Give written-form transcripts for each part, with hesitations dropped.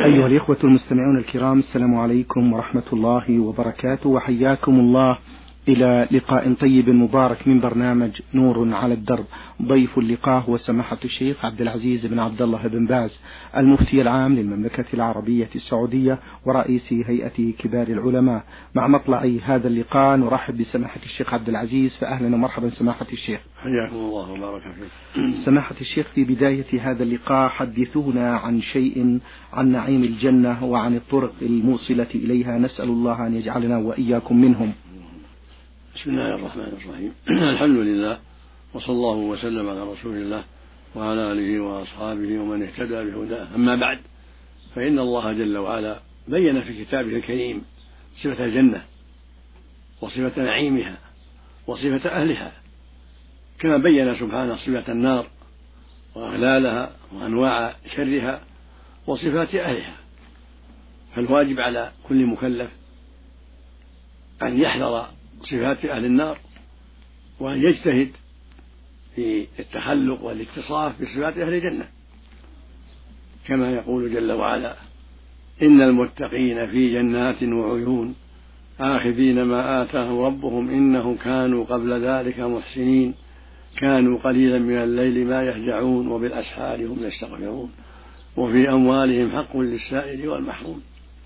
أيها الإخوة المستمعون الكرام، السلام عليكم ورحمة الله وبركاته، وحياكم الله إلى لقاء طيب مبارك من برنامج نور على الدرب. ضيف اللقاء هو سماحة الشيخ عبد العزيز بن عبد الله بن باز، المفتي العام للمملكة العربية السعودية ورئيس هيئة كبار العلماء. مع مطلع هذا اللقاء نرحب بسماحة الشيخ عبد العزيز، فأهلا ومرحبا سماحة الشيخ. حياكم الله وبارك فيك. سماحة الشيخ، في بداية هذا اللقاء حدثونا عن شيء عن نعيم الجنة وعن الطرق الموصلة إليها، نسأل الله أن يجعلنا وإياكم منهم. بسم الله الرحمن الرحيم. الحمد لله، وصلى الله وسلم على رسول الله وعلى آله وأصحابه ومن اهتدى بهداه. أما بعد، فإن الله جل وعلا بين في كتابه الكريم صفة الجنة وصفة نعيمها وصفة أهلها، كما بين سبحانه صفة النار وأغلالها وأنواع شرها وصفات أهلها. فالواجب على كل مكلف أن يحذر صفات أهل النار وأن يجتهد في التخلق والاتصاف بصفات أهل الجنة، كما يقول جل وعلا: إن المتقين في جنات وعيون آخذين ما آتاهم ربهم إنهم كانوا قبل ذلك محسنين كانوا قليلا من الليل ما يهجعون وبالأسحار هم يستغفرون وفي أموالهم حق للسائل والمحروم.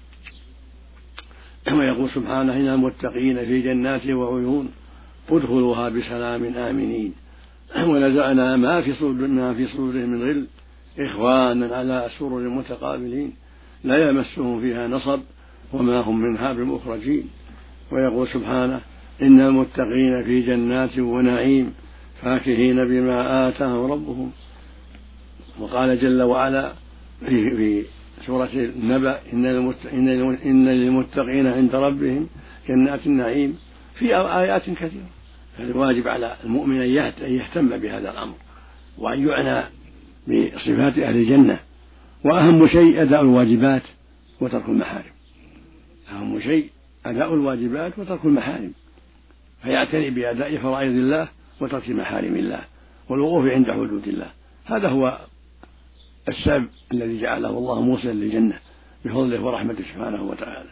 ويقول سبحانه: إن المتقين في جنات وعيون ادخلوها بسلام آمنين ونزعنا ما في صدورهم من غل إخوانا على سرر متقابلين لا يمسهم فيها نصب وما هم منها بمخرجين. ويقول سبحانه: إن المتقين في جنات ونعيم فاكهين بما آتاهم ربهم. وقال جل وعلا في سورة النبأ: إن للمتقين عند ربهم جنات النعيم، في آيات كثيرة. فالواجب على المؤمن أن يهتم بهذا الأمر وأن يعنى بصفات أهل الجنة. وأهم شيء أداء الواجبات وترك المحارم. أهم شيء أداء الواجبات وترك المحارم، فيعتني بأداء فرائض الله وترك محارم الله والوقوف عند حدود الله. هذا هو السبب الذي جعله الله موصلا للجنة بفضله ورحمته سبحانه وتعالى.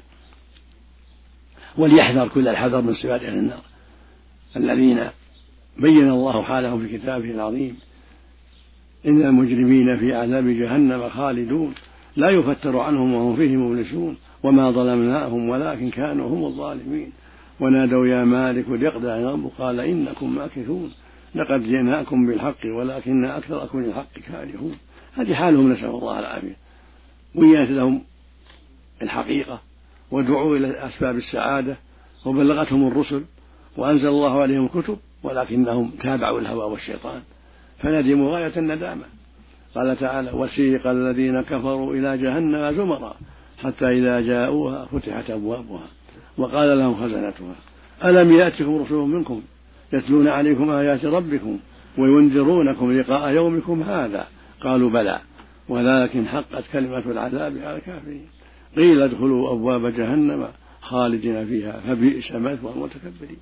وليحذر كل الحذر من صفات أهل النار الذين بين الله حالهم في كتابه العظيم: إن المجرمين في عذاب جهنم خالدون لا يفتر عنهم وهم فيه مبلسون وما ظلمناهم ولكن كانوا هم الظالمين ونادوا يا مالك ليقضي ربك قال إنكم ماكثون لقد جئناكم بالحق ولكن أكثركم للحق كارهون. هذه حالهم، نسأل الله العافية. بينت لهم الحقيقة ودعوا إلى أسباب السعادة وبلغتهم الرسل وأنزل الله عليهم كتب، ولكنهم تابعوا الهوى والشيطان فندموا غاية الندامة. قال تعالى: وسيق الذين كفروا إلى جهنم زمرا حتى إذا جاءوها فتحت أبوابها وقال لهم خزنتها ألم يأتكم رسل منكم يتلون عليكم آيات ربكم وينذرونكم لقاء يومكم هذا قالوا بلى ولكن حقت كلمة العذاب على الكافرين قيل ادخلوا أبواب جهنم خالدين فيها فبئس مثوى المتكبرين.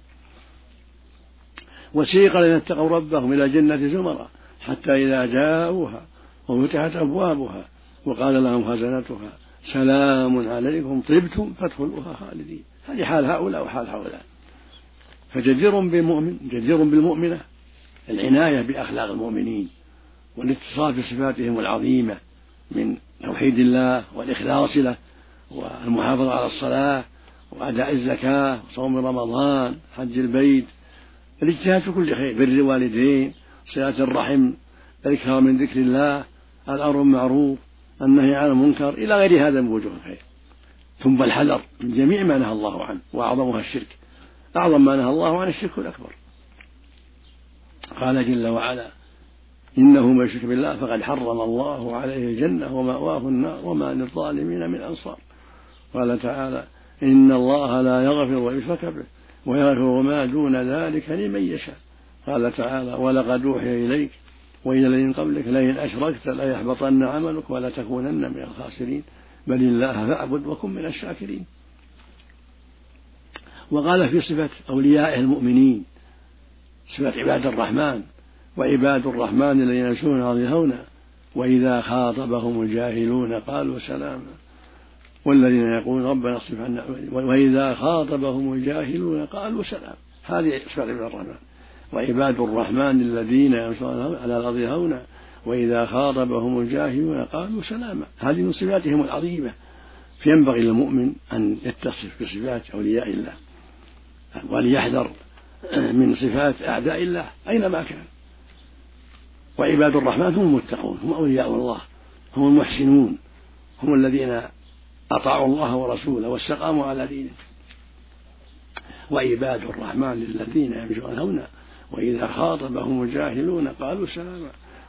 وسيق الذين اتقوا ربهم إلى جنة زمرا حتى إذا جاءوها وفتحت أبوابها وقال لهم خزنتها سلام عليكم طبتم فادخلوها خالدين. هذه حال هؤلاء وحال هؤلاء. فجدير بالمؤمن جدير بالمؤمنة العناية بأخلاق المؤمنين والاتصاف بصفاتهم العظيمة من توحيد الله والإخلاص له والمحافظة على الصلاة وأداء الزكاة وصوم رمضان حج البيت، الاجتهاد في كل خير، بر الوالدين، صلة الرحم، الإكثار من ذكر الله، الأمر بالمعروف، النهي عن المنكر، إلى غير هذا من وجوه الخير. ثم الحذر من جميع ما نهى الله عنه، وأعظمها الشرك. أعظم ما نهى الله عنه الشرك الأكبر. قال جل وعلا: إنه من يشرك بالله فقد حرم الله عليه الجنة ومأواه النار وما للظالمين من أنصار. قال تعالى: إن الله لا يغفر ويشرك به ويغفر ما دون ذلك لمن يشاء. قال تعالى: ولقد أوحي إليك وإلى الذين قبلك لئن أشركت ليحبطن عملك ولتكونن من الخاسرين بل الله فاعبد وكن من الشاكرين. وقال في صفة أوليائه المؤمنين صفة عباد الرحمن: وعباد الرحمن الذين يمشون على الأرض هونا وإذا خاطبهم الجاهلون قالوا سلاما والذين يقولون ربنا اصرف عنا وإذا خاطبهم الجاهلون قالوا سلام. هذه صفات عباد الرحمن. وعباد الرحمن الذين يمشون على الأرض هونا وإذا خاطبهم الجاهلون قالوا سلاما. هذه من صفاتهم العظيمة. فينبغي للمؤمن أن يتصف بصفات أولياء الله وليحذر من صفات أعداء الله أينما كان. وعباد الرحمن هم المتقون، هم أولياء الله، هم المحسنون، هم الذين أطاعوا الله ورسوله واستقاموا على دينه. وعباد الرحمن الذين يمشون هونا وإذا خاطبهم الجاهلون قالوا سلاما.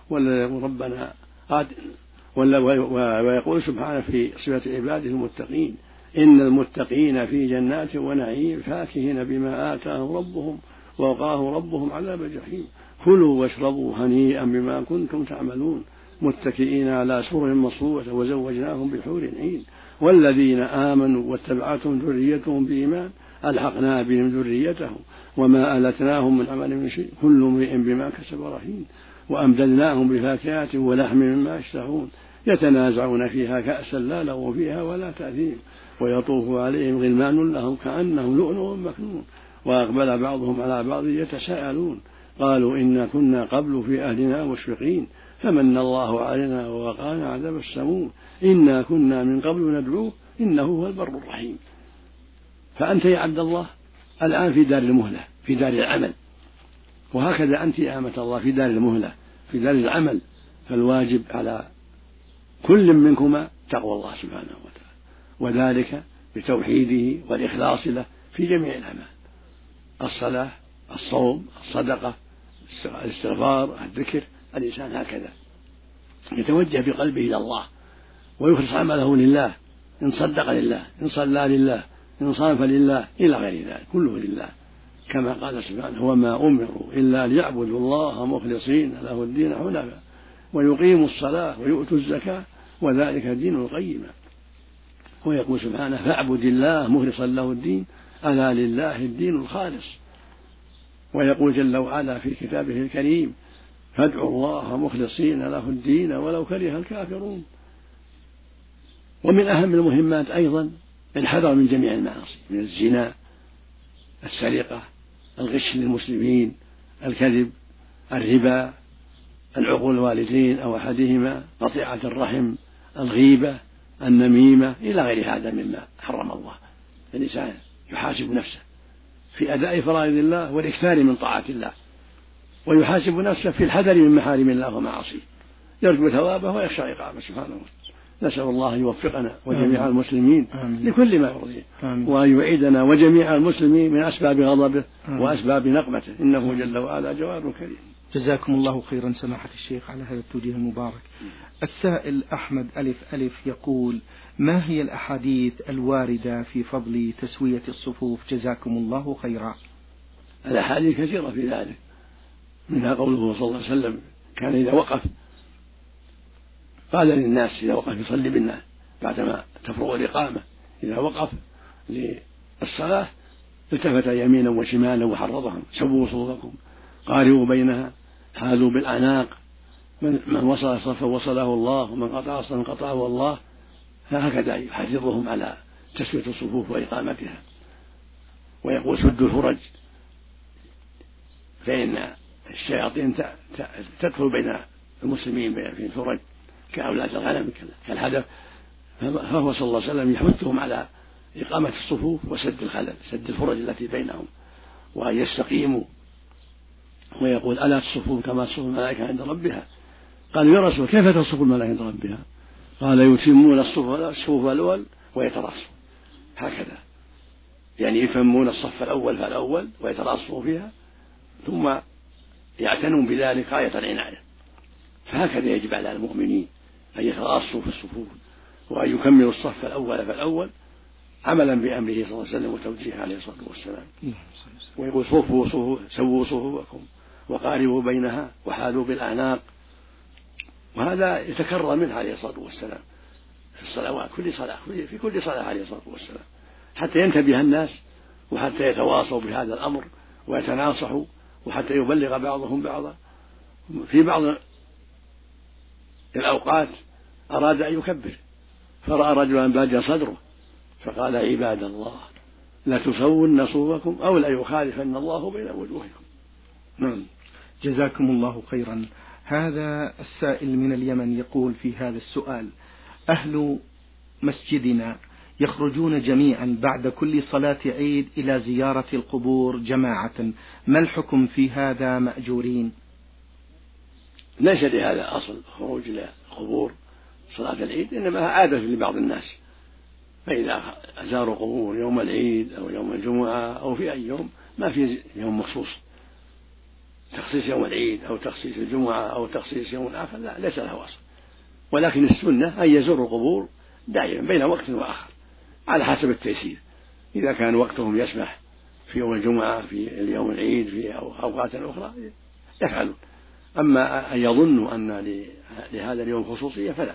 ويقول سبحانه في صفة عباده المتقين إن المتقين في جنات ونعيم فاكهين بما آتاهم ربهم ووقاهم ربهم عذاب الجحيم كلوا واشربوا هنيئا بما كنتم تعملون متكئين على سرر مصفوفة وزوجناهم بحور عين والذين آمنوا واتبعتهم ذريتهم بإيمان ألحقنا بهم ذريتهم وما ألتناهم من عمل من شيء كل امرئ بما كسب رهين وأمددناهم بفاكهة ولحم مما يشتهون يتنازعون فيها كأسا لا لغو فيها ولا تأثيم ويطوف عليهم غلمان لهم كأنهم لؤلؤ مكنون وأقبل بعضهم على بعض يتساءلون قالوا إنا كنا قبل في أهلنا مشفقين فمن الله علينا ووقانا عذاب السموم إنا كنا من قبل ندعوه إنه هو البر الرحيم. فأنت يا عبد الله الآن في دار المهلة في دار العمل، وهكذا أنت يا أمة الله في دار المهلة في دار العمل. فالواجب على كل منكما تقوى الله سبحانه وتعالى، وذلك بتوحيده والإخلاص له في جميع الأعمال، الصلاة الصوم الصدقة الاستغفار الذكر. الإنسان هكذا يتوجه بقلبه إلى الله ويخلص عمله لله، إن صدق لله، إن صلى لله، إن صام لله، إلى غير ذلك كله لله، كما قال سبحانه وما أمروا إلا ليعبدوا الله مخلصين له الدين حنفاء ويقيموا الصلاة ويؤتوا الزكاة وذلك الدين القيم. ويقول سبحانه فاعبد الله مخلصا له الدين ألا لله الدين الخالص. ويقول جل وعلا في كتابه الكريم فادعوا الله مخلصين له الدين ولو كره الكافرون. ومن أهم المهمات أيضا الحذر من جميع المعاصي، من الزنا، السرقة، الغش للمسلمين، الكذب، الربا، العقول الوالدين أو أحدهما، قطيعة الرحم، الغيبة، النميمة، إلى غير هذا مما حرم الله. الإنسان يحاسب نفسه في أداء فرائض الله والإكثار من طاعة الله، ويحاسب نفسه في الحذر من محارم الله ومعاصيه، يرجو ثوابه ويخشى عقابه سبحانه وتعالى. نسأل الله أن يوفقنا وجميع المسلمين لكل ما يرضيه، وأن يعيدنا وجميع المسلمين من أسباب غضبه وأسباب نقمته، إنه جل وعلا جواد كريم. جزاكم الله خيرا سماحة الشيخ على هذا التوجيه المبارك. السائل أحمد ألف يقول ما هي الأحاديث الواردة في فضل تسوية الصفوف جزاكم الله خيرا؟ الأحاديث كثيرة في ذلك، منها قوله صلى الله عليه وسلم كان إذا وقف قال للناس إذا وقف يصلي بالناس بعدما تفرغ الإقامة، إذا وقف للصلاة التفت يمينا وشمالا وحرضهم سووا صفوفكم قاربوا بينها حاذوا بالأعناق، من وصل صفا وصله الله ومن قطع صفا قطعه الله. فهكذا يحرضهم على تسوية الصفوف وإقامتها. ويقول سدوا الفرج فإن الشياطين تدخل بين المسلمين في الفرج كأولاد الغنم كالهدف. فهو صلى الله عليه وسلم يحثهم على إقامة الصفوف وسد الخلل، سد الفرج التي بينهم، وأن يستقيموا. ويقول ألا تصفوا كما تصف الملائكة عند ربها. قالوا يا رسول كيف تصف الملائكة عند ربها؟ قال يتمون الصفوف الأول ويتراصوا، هكذا يعني يتمون الصف الأول فالأول ويتراصوا فيها، ثم يعتنون بذلك غاية العناية. فهكذا يجب على المؤمنين أن يتراصوا في الصفوف وأن يكملوا الصف الأول فالأول عملا بأمره صلى الله عليه وسلم وتوجيهه عليه الصلاة والسلام. ويقول سووا صفوفكم وقاربوا بينها وحاذوا بالأعناق. وهذا يتكرر منه عليه الصلاة والسلام في الصلوات، في كل صلاة عليه الصلاة والسلام، حتى ينتبه الناس وحتى يتواصوا بهذا الأمر ويتناصحوا، وحتى يبلغ بعضهم بعضا. في بعض الأوقات أراد أن يكبر فرأى رجلا باجا صدره فقال عباد الله لتسون صوفكم أو لا يخالفن الله بين وجوهكم. نعم. جزاكم الله خيرا. هذا السائل من اليمن يقول في هذا السؤال: أهل مسجدنا يخرجون جميعا بعد كل صلاة عيد إلى زيارة القبور جماعة، ما الحكم في هذا مأجورين؟ ليس لهذا أصل خروج إلى القبور صلاة العيد، إنما عادة لبعض الناس، فإذا زاروا قبور يوم العيد أو يوم الجمعة أو في أي يوم ما في يوم مخصوص تخصيص يوم العيد أو تخصيص الجمعة أو تخصيص يوم آخر، لا ليس له أصل، ولكن السنة أن يزوروا القبور دائما بين وقت وآخر على حسب التيسير، إذا كان وقتهم يسمح في يوم الجمعة في اليوم العيد في أوقات أخرى يفعلون، أما أن يظنوا أن لهذا اليوم خصوصية فلا،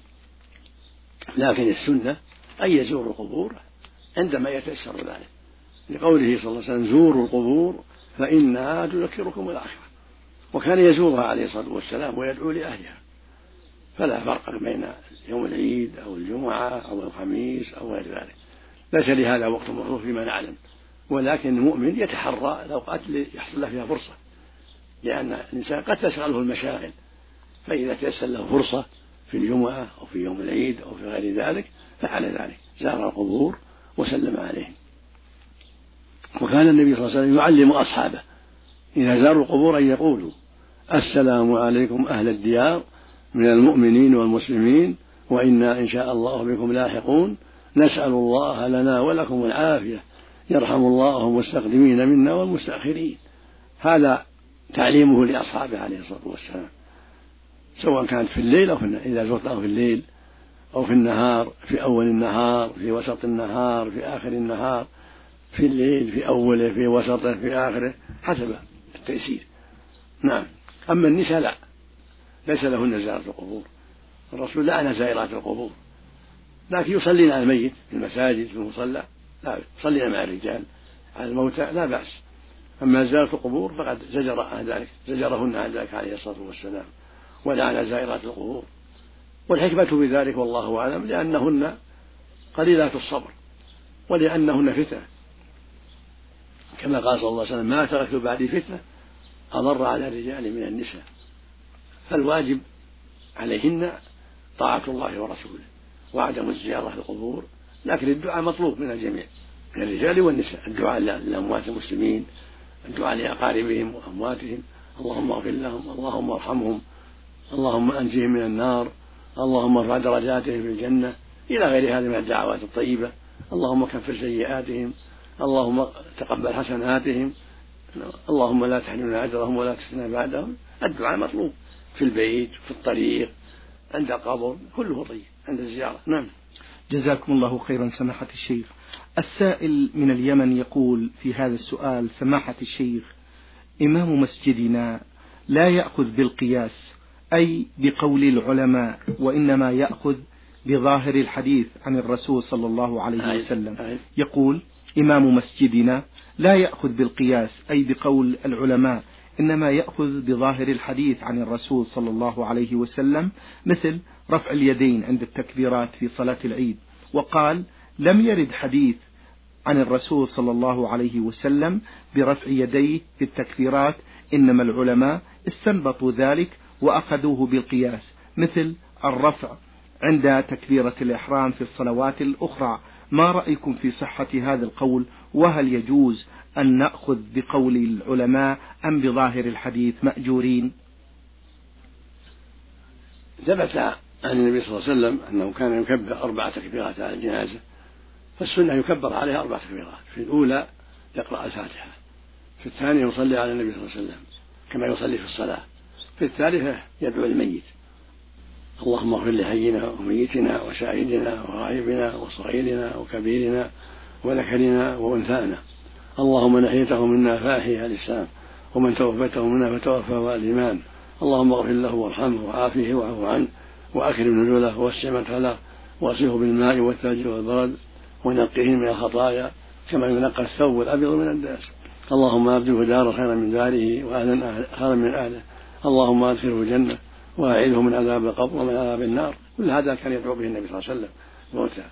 لكن السنة أن يزوروا القبور عندما يتيسر ذلك، لقوله صلى الله عليه وسلم زوروا القبور فإنها تذكركم الآخرة، وكان يزورها عليه الصلاة والسلام ويدعو لأهلها، فلا فرق بين يوم العيد أو الجمعة أو الخميس أو غير ذلك، ليس لهذا وقت مخصوص فيما نعلم، ولكن المؤمن يتحرى الأوقات اللي يحصل له فيها فرصة، لأن الإنسان قد تشغله المشاغل، فإذا تيسر له فرصة في الجمعة أو في يوم العيد أو في غير ذلك فعل ذلك، زار القبور وسلم عليهم. وكان النبي صلى الله عليه وسلم يعلم أصحابه إذا زاروا القبور أن يقولوا السلام عليكم أهل الديار من المؤمنين والمسلمين وإنا إن شاء الله بكم لاحقون، نسأل الله لنا ولكم العافية، يرحم الله المستقدمين منا والمستأخرين. هذا تعليمه لأصحابه عليه الصلاة والسلام، سواء كانت في الليل أو إذا زرته في الليل أو في النهار، في أول النهار، في وسط النهار، في آخر النهار، في الليل، في أوله، في وسطه، في آخره، حسب التيسير. نعم. أما النساء لا، ليس لهن زيارة القبور، الرسول لعن زائرات القبور، لكن يصلين على الميت في المساجد في المصلى، لا يصلين مع الرجال على الموتى لا بأس، أما زيارة القبور فقد زجرهن عن ذلك عليه الصلاة والسلام ولعن زائرات القبور، والحكمة بذلك والله أعلم لأنهن قليلات الصبر ولأنهن فتنة، كما قال صلى الله عليه وسلم ما تركت بعدي فتنة أضر على الرجال من النساء، فالواجب عليهن طاعة الله ورسوله وعدم الزيارة في القبور، لكن الدعاء مطلوب من الجميع من الرجال والنساء، الدعاء لأموات المسلمين، الدعاء لأقاربهم وأمواتهم، اللهم اغفر لهم، اللهم ارحمهم، اللهم أنجهم من النار، اللهم ارفع درجاتهم في الجنة، إلى غير هذه من الدعوات الطيبة، اللهم كفر سيئاتهم، اللهم تقبل حسناتهم، اللهم لا تحرمنا أجرهم ولا تفتنا بعدهم. الدعاء مطلوب في البيت، في الطريق، عند القبر، كله طيب عند الزيارة. نعم. جزاكم الله خيرا سماحة الشيخ. السائل من اليمن يقول في هذا السؤال: سماحة الشيخ، إمام مسجدنا لا يأخذ بالقياس أي بقول العلماء، وإنما يأخذ بظاهر الحديث عن الرسول صلى الله عليه وسلم. يقول: إمام مسجدنا لا يأخذ بالقياس أي بقول العلماء، إنما يأخذ بظاهر الحديث عن الرسول صلى الله عليه وسلم، مثل رفع اليدين عند التكبيرات في صلاة العيد، وقال: لم يرد حديث عن الرسول صلى الله عليه وسلم برفع يديه في التكبيرات، إنما العلماء استنبطوا ذلك وأخذوه بالقياس، مثل الرفع عند تكبيرة الإحرام في الصلوات الأخرى. ما رأيكم في صحة هذا القول؟ وهل يجوز أن نأخذ بقول العلماء أم بظاهر الحديث مأجورين؟ ثبت عن النبي صلى الله عليه وسلم أنه كان يكبر 4 تكبيرات على الجنازة، فالسنة يكبر عليها 4 تكبيرات، في الأولى يقرأ الفاتحة، في الثانية يصلي على النبي صلى الله عليه وسلم كما يصلي في الصلاة، في الثالثة يدعو الميت: اللهم اغفر لحينا وميتنا وشاهدنا وغائبنا وصغيرنا وكبيرنا وذكرنا وأنثانا، اللهم من أحييته منا فأحيه الإسلام، ومن توفته منا فتوفه الإيمان، اللهم اغفر له وارحمه وعافيه واعف عنه وأكرم نزله ووسع مدخله واغسله بالماء والثلج والبرد ونقه من الخطايا كما ينقى الثوب الأبيض من الدنس، اللهم أبدله دارا خيرا من داره وأهلا خيرا من أهله، اللهم أدخله الجنة وأعيذه من عذاب القبر ومن عذاب النار. كل هذا كان يدعو به النبي صلى الله عليه وسلم موتى.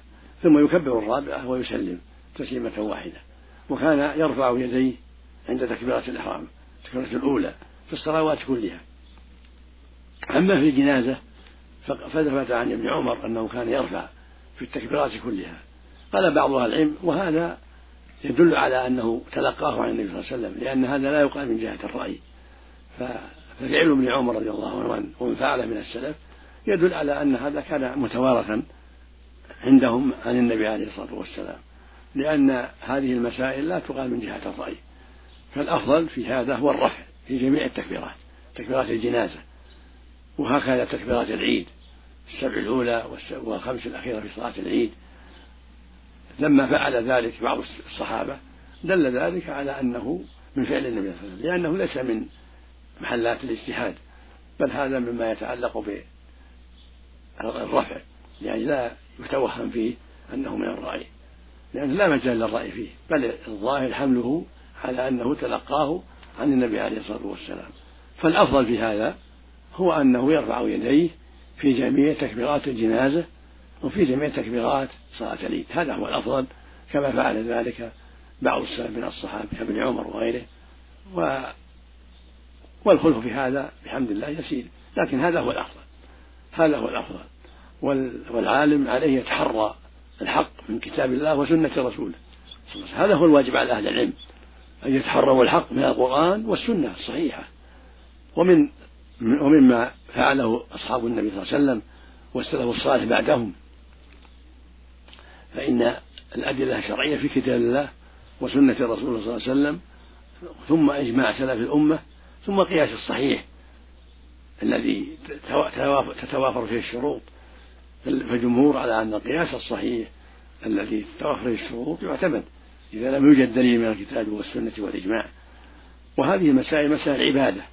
ثم يكبر الرابعة ويسلم تسليمة واحدة. وكان يرفع يديه عند تكبيرة الإحرام، التكبيرة الأولى في الصلوات كلها. أما في الجنازة فثبت عن ابن عمر أنه كان يرفع في التكبيرات كلها. قال بعض أهل العلم وهذا يدل على أنه تلقاه عن النبي صلى الله عليه وسلم، لأن هذا لا يقال من جهة الرأي، ففعل ابن عمر رضي الله عنه ومن فعله من السلف يدل على أن هذا كان متوارثا عندهم عن النبي عليه الصلاة والسلام، لأن هذه المسائل لا تقال من جهة الرأي. فالأفضل في هذا هو الرفع في جميع التكبيرات، تكبيرات الجنازة، وهكذا تكبيرات العيد 7 الأولى و5 الأخيرة في صلاة العيد. لما فعل ذلك بعض الصحابة دل ذلك على أنه من فعل النبي صلى الله عليه وسلم، لأنه ليس من محلات الاجتهاد، بل هذا مما يتعلق بالرفع، يعني لا يتوهم فيه أنه من الرأي، لأنه لا مجال للرأي فيه، بل الظاهر حمله على أنه تلقاه عن النبي عليه الصلاة والسلام. فالأفضل في هذا هو أنه يرفع يديه في جميع تكبيرات الجنازة وفي جميع تكبيرات صلاة العيد، هذا هو الأفضل، كما فعل ذلك بعض السلف من الصحابة كابن عمر وغيره. والخلف في هذا بحمد الله يسير، لكن هذا هو الأفضل، هذا هو الأفضل. والعالم عليه يتحرى الحق من كتاب الله وسنة رسوله، هذا هو الواجب على أهل العلم، أن يتحروا الحق من القرآن والسنة الصحيحة، ومما فعله أصحاب النبي صلى الله عليه وسلم والسلف الصالح بعدهم، فإن الأدلة الشرعية في كتاب الله وسنة رسول الله صلى الله عليه وسلم، ثم إجماع سلف الأمة، ثم قياس الصحيح الذي تتوافر فيه الشروط. فالجمهور على أن القياس الصحيح الذي تتوافر فيه الشروط يعتمد إذا لم يوجد دليل من الكتاب والسنة والإجماع. وهذه المسائل مسائل عبادة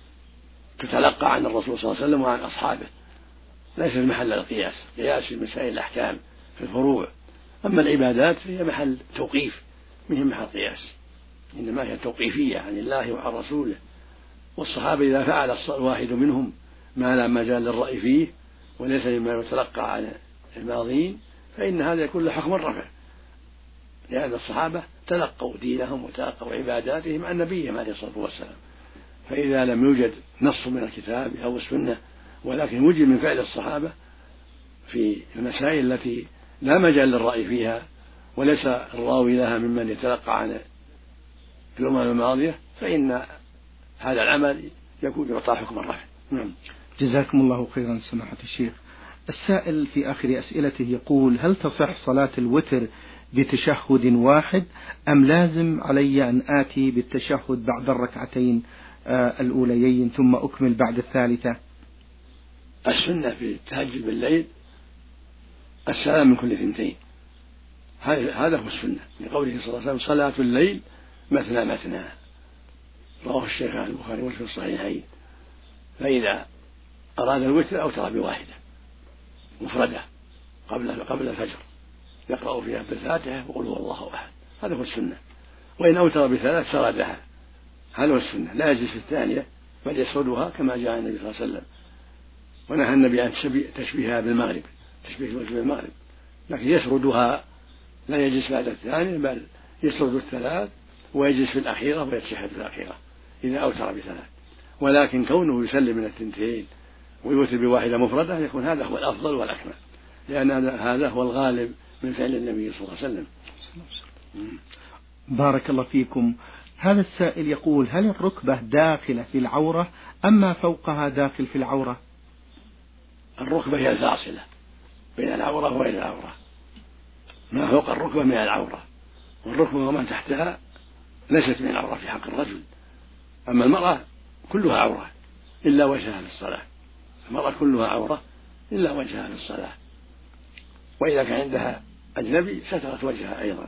تتلقى عن الرسول صلى الله عليه وسلم وعن أصحابه، ليس محل القياس، قياس في مسائل الأحكام في الفروع. أما العبادات فهي محل توقيف، مهم محل قياس، إنما هي توقيفية عن الله وعن رسوله. والصحابة إذا فعل الواحد منهم ما لا مجال للرأي فيه وليس مما يتلقى عن الماضين، فإن هذا يكون له حكم الرفع، لأن الصحابة تلقوا دينهم وتلقوا عباداتهم عن نبيهم عليه الصلاة والسلام. فإذا لم يوجد نص من الكتاب أو السنة ولكن وجد من فعل الصحابة في المسائل التي لا مجال للرأي فيها وليس الراوي لها ممن يتلقى عن الأمم الماضية، فإن هذا العمل يكون يعطى حكم الرفع. نعم. جزاكم الله خيرا سماحة الشيخ. السائل في آخر أسئلته يقول: هل تصح صلاة الوتر بتشهد واحد أم لازم علي أن آتي بالتشهد بعد الركعتين الأوليين ثم أكمل بعد الثالثة؟ السنة في التهجد بالليل السلام من كل 2، هذا هو السنة، لقوله صلى الله عليه وسلم: صلاة الليل مثنى مثنى، رواه الشيخان البخاري وفي الصحيحين. فإذا أراد الوتر أوتر بواحدة مفردة قبل الفجر يقرأ فيها بالفاتحة وقل هو الله أحد، هذا هو السنة. وإن أوتر ب3 سردها، هذا هو السنة، لا يجلس في الثانية بل يسردها كما جاء النبي صلى الله عليه وسلم. ونهى النبي عن تشبيهها بالمغرب، تشبيه الوتر بالمغرب، لكن يسردها، لا يجلس بعد الثانية بل يسرد 3 ويجلس في الأخيرة ويتشهد في الأخيرة إذا أوتر ب3. ولكن كونه يسلم من 2 ويوتر بواحدة مفردة يكون هذا هو الأفضل والأكمل، لأن هذا هو الغالب من فعل النبي صلى الله عليه وسلم. بارك الله فيكم. هذا السائل يقول: هل الركبة داخلة في العورة أم ما فوقها داخل في العورة؟ الركبة هي الفاصلة بين العورة وغير العورة، ما فوق الركبة من العورة، والركبة وما تحتها ليست من العورة في حق الرجل. أما المرأة كلها عورة إلا وجهها في الصلاة، المرأة كلها عورة إلا وجهها في الصلاة، وإذا كان عندها أجنبي سترت وجهها أيضا.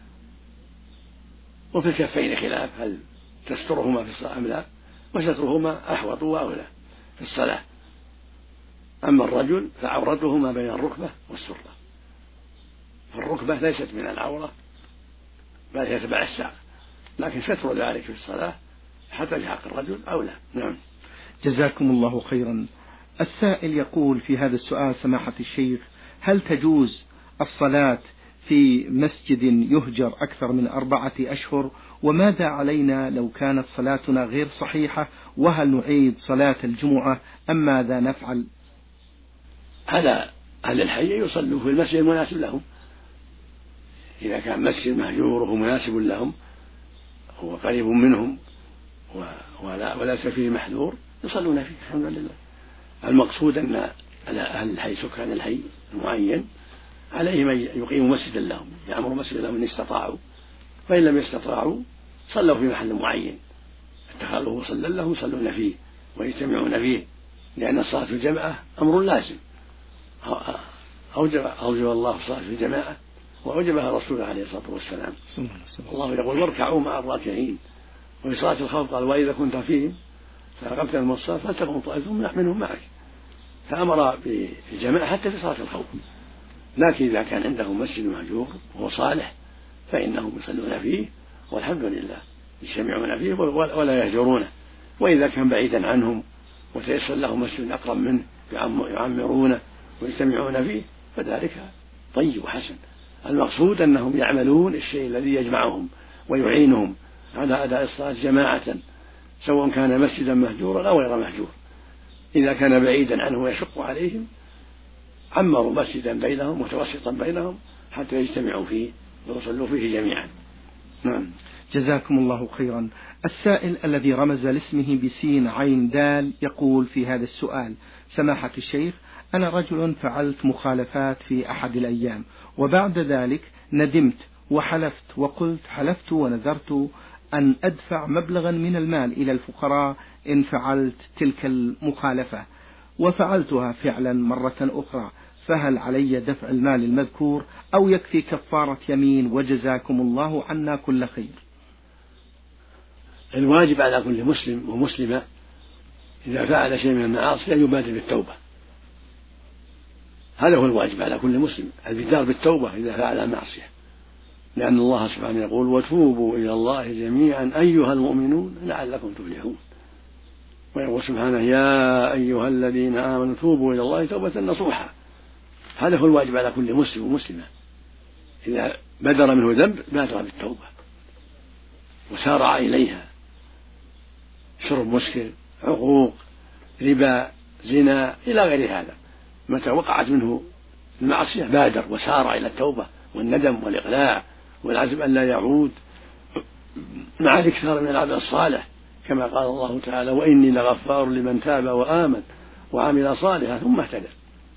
وفي الكفين خلاف، هل تسترهما في الصلاة أم لا، وسترهما أحوط وأولى في الصلاة. أما الرجل فعورته ما بين الركبة والسرة، فالركبة ليست من العورة بل هي تبع الساق، لكن ستر ذلك في الصلاة حتى في حق الرجل أولى. نعم. جزاكم الله خيرا. السائل يقول في هذا السؤال: سماحة الشيخ، هل تجوز الصلاة في مسجد يهجر أكثر من 4 أشهر؟ وماذا علينا لو كانت صلاتنا غير صحيحة؟ وهل نعيد صلاة الجمعة أم ماذا نفعل؟ على أهل الحي يصلوا في المسجد المناسب لهم. إذا كان مسجد مهجور وهو مناسب لهم، هو قريب منهم وليس فيه محذور، يصلون فيه الحمد لله. المقصود أن على أهل الحي سكان الحي المعين عليهم أن يقيموا مسجدا لهم، يعمروا مسجدا لهم إن استطاعوا، فإن لم يستطاعوا صلوا في محل معين اتخذوه صلى لهم يصلون فيه ويجتمعون فيه، لأن الصلاة في الجماعة أمر لازم أوجب الله الصلاة في الجماعة وأوجبها الرسول عليه الصلاة والسلام. الله يقول واركعوا مع الراكعين. وفي صلاة الخوف قال وإذا كنت فيهم فأقمت من الصلاة فلتقم طائفة منهم معك، فأمر بالجماعة حتى في صلاة الخوف. لكن إذا كان عندهم مسجد مهجور وهو صالح فإنهم يصلون فيه والحمد لله، يجتمعون فيه ولا يهجرونه. وإذا كان بعيدا عنهم وتيسر لهم مسجد أقرب منه يعمرونه ويجتمعون فيه فذلك طيب وحسن. المقصود أنهم يعملون الشيء الذي يجمعهم ويعينهم على أداء الصلاة جماعة، سواء كان مسجدا مهجورا أو غير مهجور. إذا كان بعيدا عنه ويشق عليهم عمروا مسجدا بينهم متوسطا بينهم حتى يجتمعوا فيه ويصلوا فيه جميعا. نعم. جزاكم الله خيرا. السائل الذي رمز لاسمه بسين عين دال يقول في هذا السؤال: سماحة الشيخ، أنا رجل فعلت مخالفات في أحد الأيام، وبعد ذلك ندمت وحلفت وقلت حلفت ونذرت أن أدفع مبلغا من المال إلى الفقراء إن فعلت تلك المخالفة، وفعلتها فعلا مرة أخرى، فهل علي دفع المال المذكور أو يكفي كفارة يمين؟ وجزاكم الله عنا كل خير. الواجب على كل مسلم ومسلمة إذا فعل شيء من المعاصي أن يبادر بالتوبة، هذا هو الواجب على كل مسلم، البدار بالتوبة إذا فعل المعصية، لأن الله سبحانه يقول وتوبوا إلى الله جميعا أيها المؤمنون لعلكم تفلحون، ويقول سبحانه يا أيها الذين آمنوا توبوا إلى الله توبة نصوحا. هذا هو الواجب على كل مسلم ومسلمة، إذا بدر منه ذنب بادر بالتوبة وسارع إليها، شرب مسكر، عقوق، ربا، زنا إلى غير هذا، متى وقعت منه المعصية بادر وسارع إلى التوبة والندم والإقلاع والعزم أن لا يعود، مع الإكثار من العمل الصالح، كما قال الله تعالى وإني لغفار لمن تاب وآمن وعمل صالحا ثم اهتدى.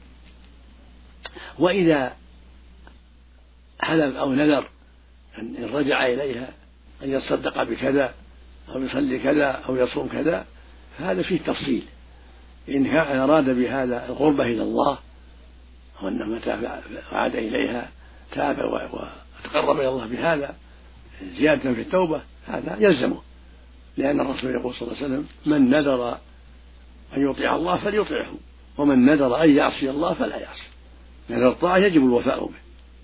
وإذا حلف أو نذر أن رجع إليها أن يتصدق بكذا أو يصلي كذا أو يصوم كذا فهذا فيه تفصيل، إن كان أراد بهذا القربة إلى الله وأنه متى عاد إليها تاب وتقرب إلى الله بهذا زيادة في التوبة هذا يلزمه، لأن الرسول يقول صلى الله عليه وسلم من نذر أن يطيع الله فليطيعه ومن نذر أن يعصي الله فلا يعصي، نذر الطاعة يجب الوفاء به،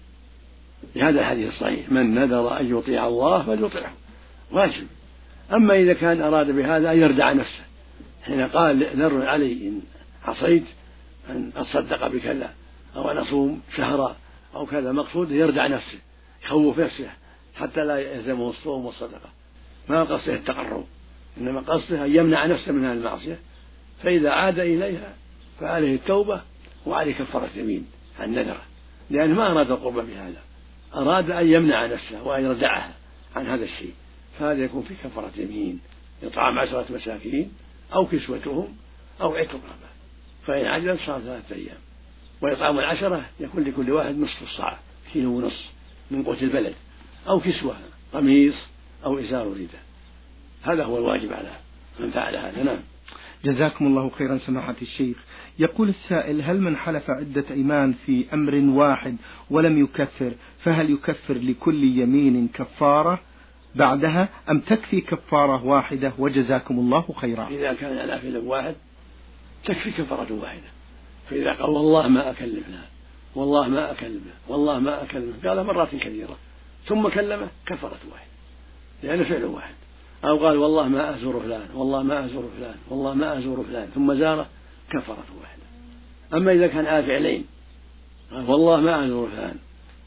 بهذا الحديث الصحيح من نذر أن يطيع الله فليطيعه واجب. أما إذا كان أراد بهذا أن يردع نفسه حين قال نذر علي إن عصيت أن أتصدق بكذا أو أن أصوم شهرا أو كذا، مقصود يردع نفسه يخوف نفسه حتى لا يلزمه الصوم والصدقة، ما قصده التقرب، إنما قصده أن يمنع نفسه من المعصية، فإذا عاد إليها فعليه التوبة وعليه كفارة يمين عن نذره، لأنه ما أراد القرب بهذا، أراد أن يمنع نفسه وأن يردعها عن هذا الشيء، فهذا يكون في كفارة يمين إطعام 10 مساكين أو كسوتهم أو عتق رقبة، فإن عجل صار 3 أيام، وإطعام 10 يكون لكل واحد نصف الصاع 1.5 كيلو من قوت البلد، أو كسوة قميص أو إزار رداء، هذا هو الواجب على من فعل هذا. نعم. جزاكم الله خيرا سماحة الشيخ. يقول السائل: هل من حلف عدة أيمان في أمر واحد ولم يكفر فهل يكفر لكل يمين كفارة بعدها أم تكفي كفارة واحدة؟ وجزاكم الله خيرا. إذا كان على فعل واحد تكفي كفارة واحدة، فإذا قال والله ما أكلمنا والله ما أكلمه والله ما أكلمه قال مرات كثيرة ثم كلمه كفارة واحدة لأنه فعل واحد، أو قال والله ما أزور فلان والله ما أزور فلان والله ما أزور فلان ثم زاره كفارة واحدة. أما إذا كان على فعلين قال والله ما أزور فلان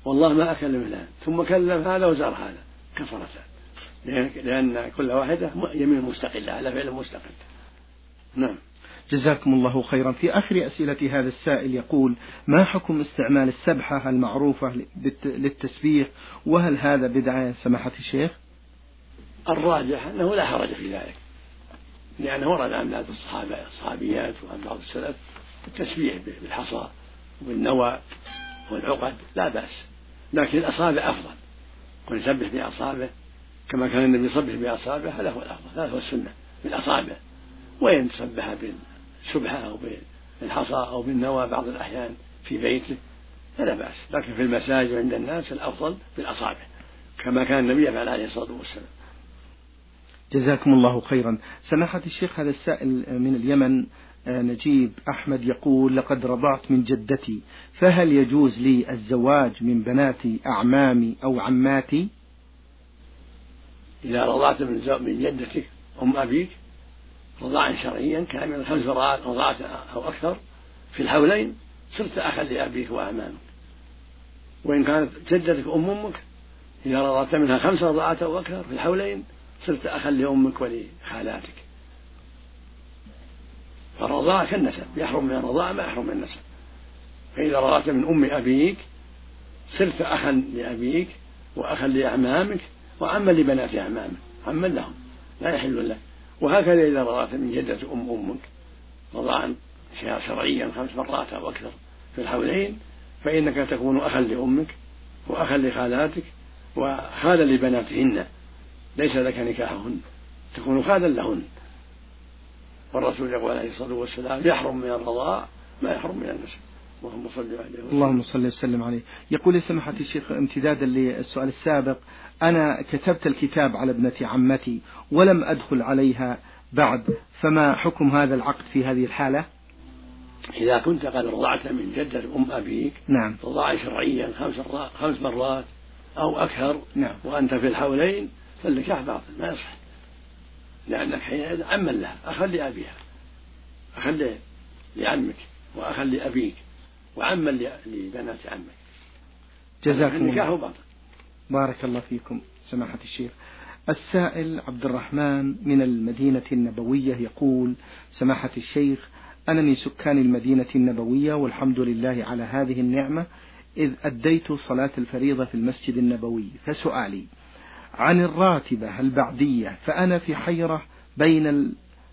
والله ما أكل مثلها، ثم كلم هذا وزار هذا، كفرتان، لأن كل واحدة يمين مستقلة على فعل مستقل. نعم. جزاكم الله خيرا. في آخر أسئلة هذا السائل يقول: ما حكم استعمال السبحة المعروفة للتسبيح، وهل هذا بدعة يا سماحة الشيخ؟ الراجح أنه لا حرج في ذلك، لأنه ورد عن بعض الصحابيات وعن بعض السلف التسبيح بالحصى والنوى والعقد لا بأس، لكن الأصابع أفضل، ونسبح بأصابعه كما كان النبي يصبح بأصابعه، هذا هو الأفضل، هذا هو السنة بالأصابع. وإن تسبح بالسبحة أو بالحصى أو بالنوى بعض الأحيان في بيته فلا بأس، لكن في المساجد وعند الناس الأفضل بالأصابع كما كان النبي يفعل عليه الصلاة والسلام. جزاكم الله خيرا. سماحة الشيخ، هذا السائل من اليمن نجيب أحمد يقول: لقد رضعت من جدتي، فهل يجوز لي الزواج من بنات أعمامي أو عماتي؟ إذا رضعت من جدتك أم أبيك رضاعا شرعيا كاملا 5 رضعات أو أكثر في الحولين صرت أخا لأبيك وأعمامك. وإن كانت جدتك أمك إذا رضعت منها 5 رضعات أو أكثر في الحولين صرت أخا لأمك ولخالاتك. فالرضاعة كالنسب، يحرم من الرضاعة ما يحرم من النسب. فإذا رضعت من أم أبيك صرت أخا لأبيك وأخا لأعمامك وعما لبنات أعمامك، عما لهم لا يحل لك. وهكذا إذا رضعت من جدة أمك رضاعا شرعيا 5 مرات أو أكثر في الحولين فإنك تكون أخا لأمك وأخا لخالاتك وخالا لبناتهن، ليس لك نكاحهن، تكون خالا لهن. والرسول يقول عليه الصلاة والسلام: يحرم من الرضاع ما يحرم من النسب. اللهم صل عليه وسلم. اللهم صل وسلم عليه. يقول يا سماحة الشيخ امتدادا للسؤال السابق: أنا كتبت الكتاب على ابنة عمتي ولم أدخل عليها بعد، فما حكم هذا العقد في هذه الحالة؟ إذا كنت قد رضعت من جدة أم أبيك نعم. رضاعا شرعيا 5 مرات أو أكثر، نعم. وأنت في الحولين فالنكاح باطل ما يصح، لأنك حينئذ عما لها، أخا لأبيها، أخا لعمك وأخا لأبيك وعما لبنات عمك. جزاكم الله. النكاح باطل. بارك الله فيكم سماحة الشيخ. السائل عبد الرحمن من المدينة النبوية يقول: سماحة الشيخ، أنا من سكان المدينة النبوية والحمد لله على هذه النعمة، إذ أديت صلاة الفريضة في المسجد النبوي، فسؤالي عن الراتبة البعدية، فأنا في حيرة بين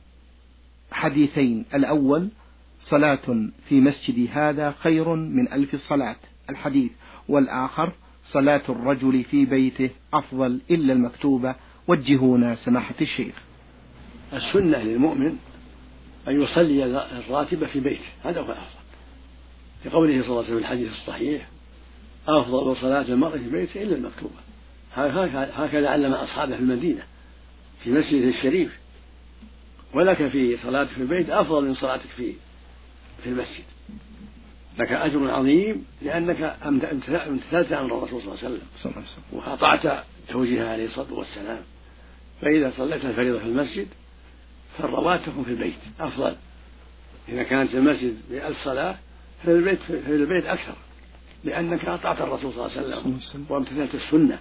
الحديثين: الأول صلاة في مسجدي هذا خير من 1000 صلاة الحديث، والآخر صلاة الرجل في بيته أفضل إلا المكتوبة، وجهونا سماحة الشيخ. السنة للمؤمن أن يصلي الراتبة في بيته، هذا هو الأفضل، لقوله صلى الله عليه وسلم في الحديث الصحيح: أفضل صلاة المرء في بيته إلا المكتوبة. هكذا علم أصحابه في المدينة في مسجده الشريف. ولك في صلاتك في البيت أفضل من صلاتك في المسجد، لك أجر عظيم لأنك امتثلت أمر الرسول صلى الله عليه وسلم وأطعت توجيهه عليه الصلاة والسلام. فإذا صليت الفريضة في المسجد فالرواتب تكون في البيت أفضل. إذا كانت في المسجد ب1000 صلاة في البيت أكثر، لأنك أطعت الرسول صلى الله عليه وسلم وامتثلت السنة.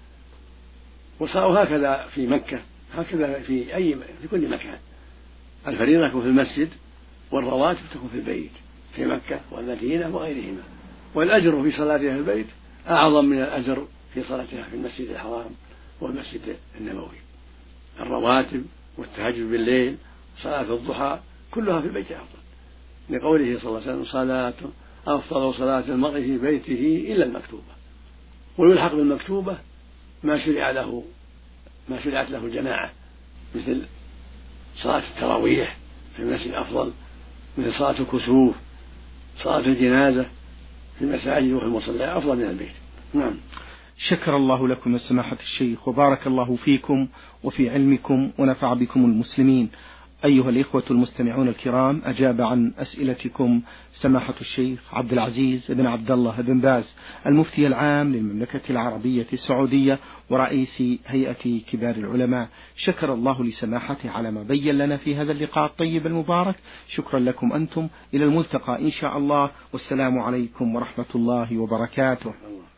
وصاروا هكذا في مكة، هكذا في كل مكان، الفريضة تكون في المسجد والرواتب تكون في البيت في مكة والمدينة وغيرهما. والأجر في صلاتها في البيت أعظم من الأجر في صلاتها في المسجد الحرام والمسجد النبوي. الرواتب والتهجد بالليل وصلاة الضحى كلها في البيت أفضل، لقوله صلى الله عليه وسلم: صلاة أفضل صلاة المرء في بيته إلا المكتوبة. ويلحق بالمكتوبة ما شرعت له الجماعة، مثل صلاة التراويح في المسجد أفضل، مثل صلاة الكسوف، صلاة الجنازة في المساجد وفي المصلى أفضل من البيت. نعم. شكر الله لكم يا سماحة الشيخ، وبارك الله فيكم وفي علمكم ونفع بكم المسلمين. أيها الإخوة المستمعون الكرام، أجاب عن أسئلتكم سماحة الشيخ عبد العزيز بن عبد الله بن باز، المفتي العام للمملكة العربية السعودية ورئيس هيئة كبار العلماء. شكر الله لسماحته على ما بين لنا في هذا اللقاء الطيب المبارك. شكرا لكم أنتم، إلى الملتقى إن شاء الله، والسلام عليكم ورحمة الله وبركاته.